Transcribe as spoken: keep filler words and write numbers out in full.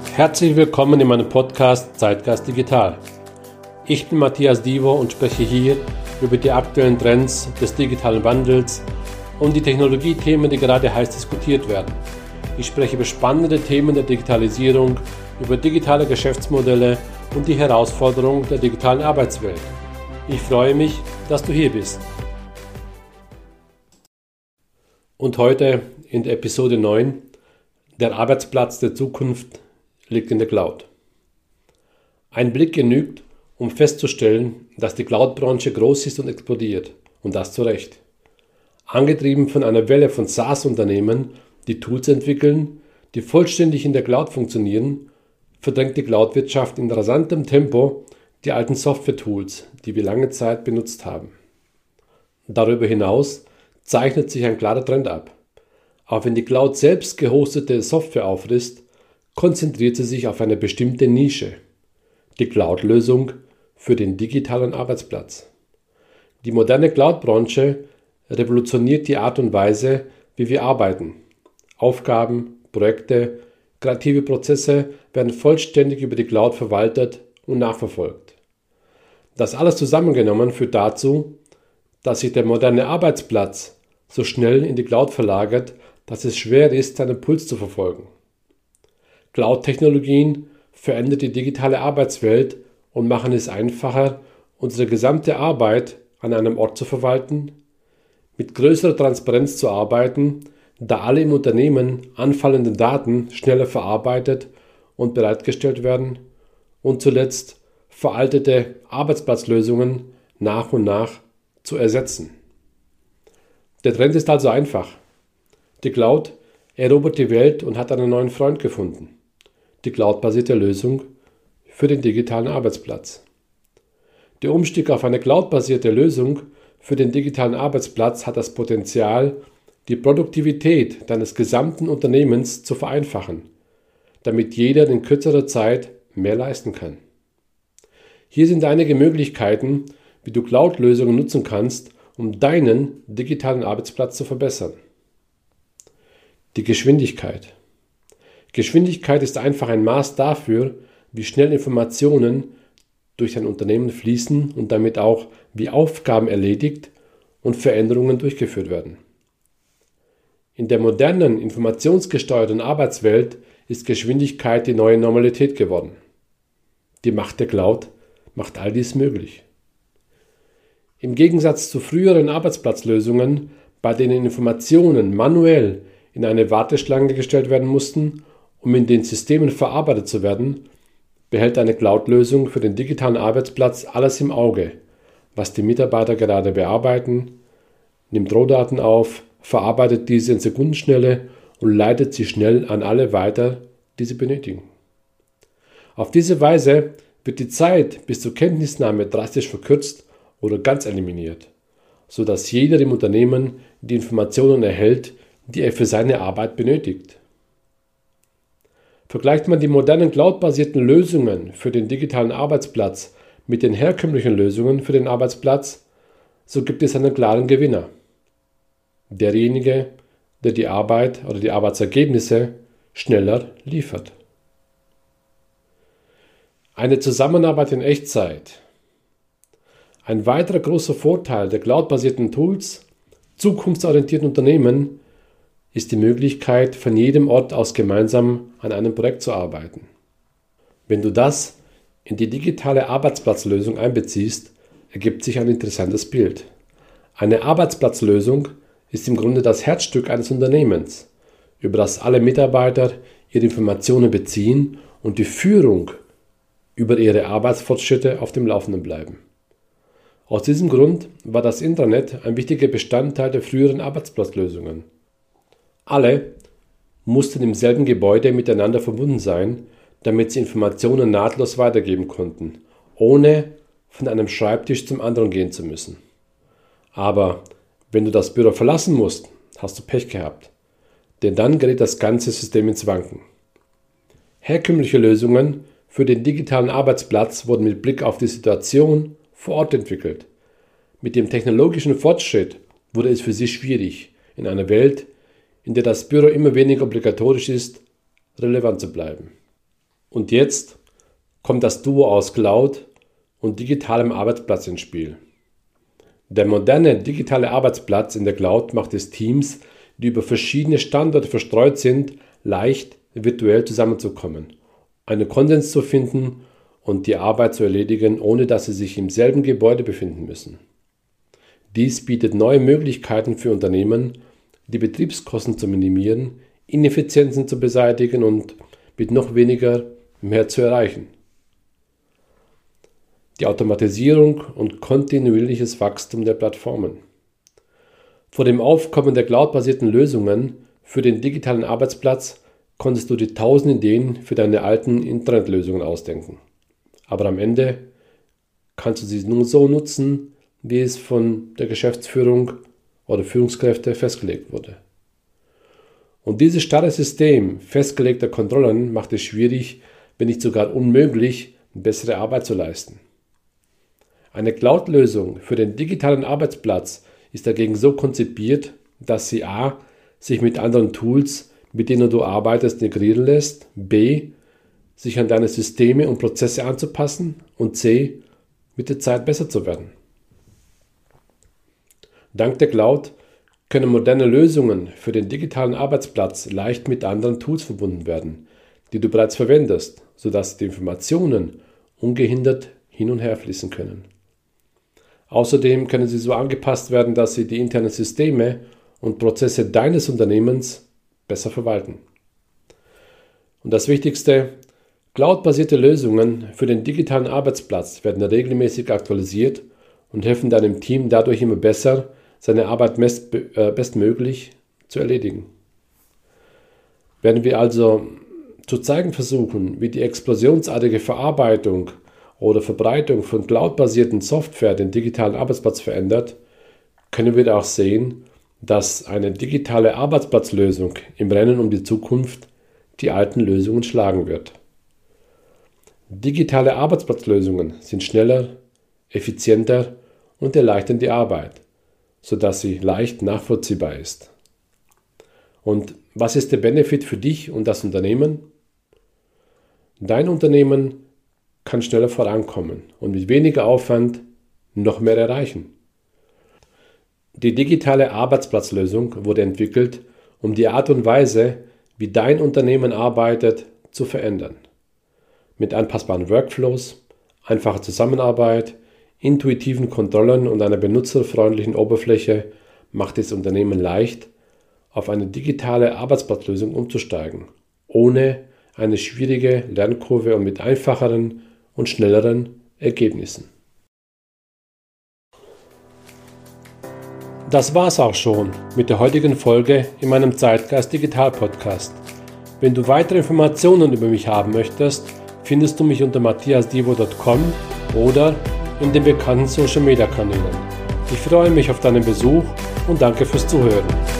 Herzlich willkommen in meinem Podcast Zeitgeist Digital. Ich bin Matthias Divo und spreche hier über die aktuellen Trends des digitalen Wandels und die Technologiethemen, die gerade heiß diskutiert werden. Ich spreche über spannende Themen der Digitalisierung, über digitale Geschäftsmodelle und die Herausforderungen der digitalen Arbeitswelt. Ich freue mich, dass du hier bist. Und heute in der Episode neun, der Arbeitsplatz der Zukunft liegt in der Cloud. Ein Blick genügt, um festzustellen, dass die Cloud-Branche groß ist und explodiert. Und das zu Recht. Angetrieben von einer Welle von SaaS-Unternehmen, die Tools entwickeln, die vollständig in der Cloud funktionieren, verdrängt die Cloud-Wirtschaft in rasantem Tempo die alten Software-Tools, die wir lange Zeit benutzt haben. Darüber hinaus zeichnet sich ein klarer Trend ab. Auch wenn die Cloud selbst gehostete Software auffrisst, konzentriert sie sich auf eine bestimmte Nische, die Cloud-Lösung für den digitalen Arbeitsplatz. Die moderne Cloud-Branche revolutioniert die Art und Weise, wie wir arbeiten. Aufgaben, Projekte, kreative Prozesse werden vollständig über die Cloud verwaltet und nachverfolgt. Das alles zusammengenommen führt dazu, dass sich der moderne Arbeitsplatz so schnell in die Cloud verlagert, dass es schwer ist, seinen Puls zu verfolgen. Cloud-Technologien verändern die digitale Arbeitswelt und machen es einfacher, unsere gesamte Arbeit an einem Ort zu verwalten, mit größerer Transparenz zu arbeiten, da alle im Unternehmen anfallenden Daten schneller verarbeitet und bereitgestellt werden und zuletzt veraltete Arbeitsplatzlösungen nach und nach zu ersetzen. Der Trend ist also einfach. Die Cloud erobert die Welt und hat einen neuen Freund gefunden. Die cloudbasierte Lösung für den digitalen Arbeitsplatz. Der Umstieg auf eine cloudbasierte Lösung für den digitalen Arbeitsplatz hat das Potenzial, die Produktivität deines gesamten Unternehmens zu vereinfachen, damit jeder in kürzerer Zeit mehr leisten kann. Hier sind einige Möglichkeiten, wie du Cloud-Lösungen nutzen kannst, um deinen digitalen Arbeitsplatz zu verbessern. Die Geschwindigkeit. Geschwindigkeit ist einfach ein Maß dafür, wie schnell Informationen durch ein Unternehmen fließen und damit auch, wie Aufgaben erledigt und Veränderungen durchgeführt werden. In der modernen, informationsgesteuerten Arbeitswelt ist Geschwindigkeit die neue Normalität geworden. Die Macht der Cloud macht all dies möglich. Im Gegensatz zu früheren Arbeitsplatzlösungen, bei denen Informationen manuell in eine Warteschlange gestellt werden mussten, um in den Systemen verarbeitet zu werden, behält eine Cloud-Lösung für den digitalen Arbeitsplatz alles im Auge, was die Mitarbeiter gerade bearbeiten, nimmt Rohdaten auf, verarbeitet diese in Sekundenschnelle und leitet sie schnell an alle weiter, die sie benötigen. Auf diese Weise wird die Zeit bis zur Kenntnisnahme drastisch verkürzt oder ganz eliminiert, sodass jeder im Unternehmen die Informationen erhält, die er für seine Arbeit benötigt. Vergleicht man die modernen cloud-basierten Lösungen für den digitalen Arbeitsplatz mit den herkömmlichen Lösungen für den Arbeitsplatz, so gibt es einen klaren Gewinner. Derjenige, der die Arbeit oder die Arbeitsergebnisse schneller liefert. Eine Zusammenarbeit in Echtzeit. Ein weiterer großer Vorteil der cloud-basierten Tools, zukunftsorientierten Unternehmen, ist die Möglichkeit, von jedem Ort aus gemeinsam an einem Projekt zu arbeiten. Wenn du das in die digitale Arbeitsplatzlösung einbeziehst, ergibt sich ein interessantes Bild. Eine Arbeitsplatzlösung ist im Grunde das Herzstück eines Unternehmens, über das alle Mitarbeiter ihre Informationen beziehen und die Führung über ihre Arbeitsfortschritte auf dem Laufenden bleiben. Aus diesem Grund war das Intranet ein wichtiger Bestandteil der früheren Arbeitsplatzlösungen. Alle mussten im selben Gebäude miteinander verbunden sein, damit sie Informationen nahtlos weitergeben konnten, ohne von einem Schreibtisch zum anderen gehen zu müssen. Aber wenn du das Büro verlassen musst, hast du Pech gehabt, denn dann gerät das ganze System ins Wanken. Herkömmliche Lösungen für den digitalen Arbeitsplatz wurden mit Blick auf die Situation vor Ort entwickelt. Mit dem technologischen Fortschritt wurde es für sie schwierig, in einer Welt, in der das Büro immer weniger obligatorisch ist, relevant zu bleiben. Und jetzt kommt das Duo aus Cloud und digitalem Arbeitsplatz ins Spiel. Der moderne digitale Arbeitsplatz in der Cloud macht es Teams, die über verschiedene Standorte verstreut sind, leicht virtuell zusammenzukommen, einen Konsens zu finden und die Arbeit zu erledigen, ohne dass sie sich im selben Gebäude befinden müssen. Dies bietet neue Möglichkeiten für Unternehmen, die Betriebskosten zu minimieren, Ineffizienzen zu beseitigen und mit noch weniger mehr zu erreichen. Die Automatisierung und kontinuierliches Wachstum der Plattformen. Vor dem Aufkommen der cloudbasierten Lösungen für den digitalen Arbeitsplatz konntest du dir tausend Ideen für deine alten Internetlösungen ausdenken. Aber am Ende kannst du sie nur so nutzen, wie es von der Geschäftsführung oder Führungskräfte festgelegt wurde. Und dieses starre System festgelegter Kontrollen macht es schwierig, wenn nicht sogar unmöglich, bessere Arbeit zu leisten. Eine Cloud-Lösung für den digitalen Arbeitsplatz ist dagegen so konzipiert, dass sie a. sich mit anderen Tools, mit denen du arbeitest, integrieren lässt, b. sich an deine Systeme und Prozesse anzupassen und c. mit der Zeit besser zu werden. Dank der Cloud können moderne Lösungen für den digitalen Arbeitsplatz leicht mit anderen Tools verbunden werden, die du bereits verwendest, sodass die Informationen ungehindert hin und her fließen können. Außerdem können sie so angepasst werden, dass sie die internen Systeme und Prozesse deines Unternehmens besser verwalten. Und das Wichtigste, cloud-basierte Lösungen für den digitalen Arbeitsplatz werden regelmäßig aktualisiert und helfen deinem Team dadurch immer besser, seine Arbeit best, äh, bestmöglich zu erledigen. Werden wir also zu zeigen versuchen, wie die explosionsartige Verarbeitung oder Verbreitung von cloud-basierten Software den digitalen Arbeitsplatz verändert, können wir auch sehen, dass eine digitale Arbeitsplatzlösung im Rennen um die Zukunft die alten Lösungen schlagen wird. Digitale Arbeitsplatzlösungen sind schneller, effizienter und erleichtern die Arbeit, sodass sie leicht nachvollziehbar ist. Und was ist der Benefit für dich und das Unternehmen? Dein Unternehmen kann schneller vorankommen und mit weniger Aufwand noch mehr erreichen. Die digitale Arbeitsplatzlösung wurde entwickelt, um die Art und Weise, wie dein Unternehmen arbeitet, zu verändern. Mit anpassbaren Workflows, einfacher Zusammenarbeit, intuitiven Kontrollen und einer benutzerfreundlichen Oberfläche macht es Unternehmen leicht, auf eine digitale Arbeitsplatzlösung umzusteigen, ohne eine schwierige Lernkurve und mit einfacheren und schnelleren Ergebnissen. Das war's auch schon mit der heutigen Folge in meinem Zeitgeist Digital Podcast. Wenn du weitere Informationen über mich haben möchtest, findest du mich unter matthias divo punkt com oder in den bekannten Social Media Kanälen. Ich freue mich auf deinen Besuch und danke fürs Zuhören.